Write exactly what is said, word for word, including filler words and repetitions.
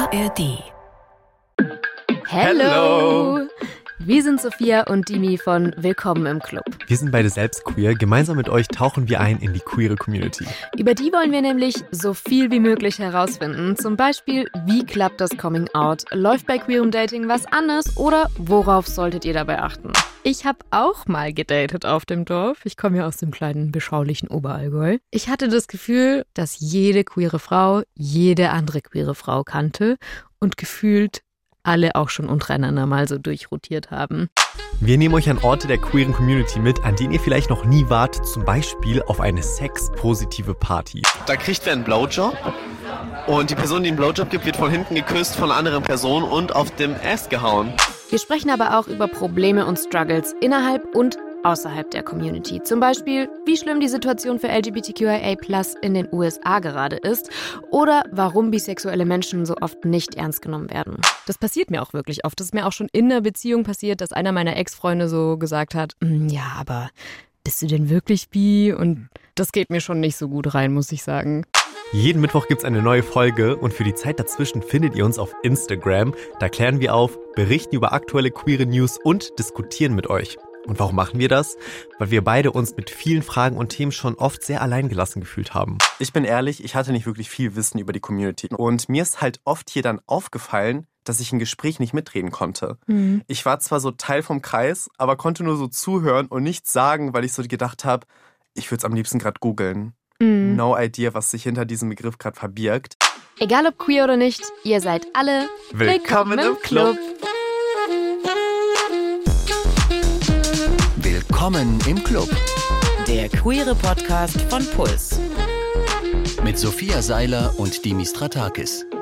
A R D. Hello! Wir sind Sophia und Dimi von Willkommen im Club. Wir sind beide selbst queer. Gemeinsam mit euch tauchen wir ein in die queere Community. Über die wollen wir nämlich so viel wie möglich herausfinden. Zum Beispiel, wie klappt das Coming Out? Läuft bei queerem Dating was anders? Oder worauf solltet ihr dabei achten? Ich habe auch mal gedatet auf dem Dorf. Ich komme ja aus dem kleinen, beschaulichen Oberallgäu. Ich hatte das Gefühl, dass jede queere Frau jede andere queere Frau kannte und gefühlt alle auch schon untereinander mal so durchrotiert haben. Wir nehmen euch an Orte der queeren Community mit, an denen ihr vielleicht noch nie wart, zum Beispiel auf eine sexpositive Party. Da kriegt wer einen Blowjob und die Person, die einen Blowjob gibt, wird von hinten geküsst von einer anderen Person und auf dem Ass gehauen. Wir sprechen aber auch über Probleme und Struggles innerhalb und außerhalb der Community. Zum Beispiel, wie schlimm die Situation für L G B T Q I A plus in den U S A gerade ist oder warum bisexuelle Menschen so oft nicht ernst genommen werden. Das passiert mir auch wirklich oft. Das ist mir auch schon in einer Beziehung passiert, dass einer meiner Ex-Freunde so gesagt hat, ja, aber bist du denn wirklich bi? Und das geht mir schon nicht so gut rein, muss ich sagen. Jeden Mittwoch gibt's eine neue Folge und für die Zeit dazwischen findet ihr uns auf Instagram. Da klären wir auf, berichten über aktuelle queere News und diskutieren mit euch. Und warum machen wir das? Weil wir beide uns mit vielen Fragen und Themen schon oft sehr alleingelassen gefühlt haben. Ich bin ehrlich, ich hatte nicht wirklich viel Wissen über die Community. Und mir ist halt oft hier dann aufgefallen, dass ich im Gespräch nicht mitreden konnte. Mhm. Ich war zwar so Teil vom Kreis, aber konnte nur so zuhören und nichts sagen, weil ich so gedacht habe, ich würde es am liebsten gerade googeln. Mhm. No idea, was sich hinter diesem Begriff gerade verbirgt. Egal ob queer oder nicht, ihr seid alle willkommen, willkommen im Club. Willkommen im Club. Der queere Podcast von Puls. Mit Sophia Seiler und Dimi Stratakis.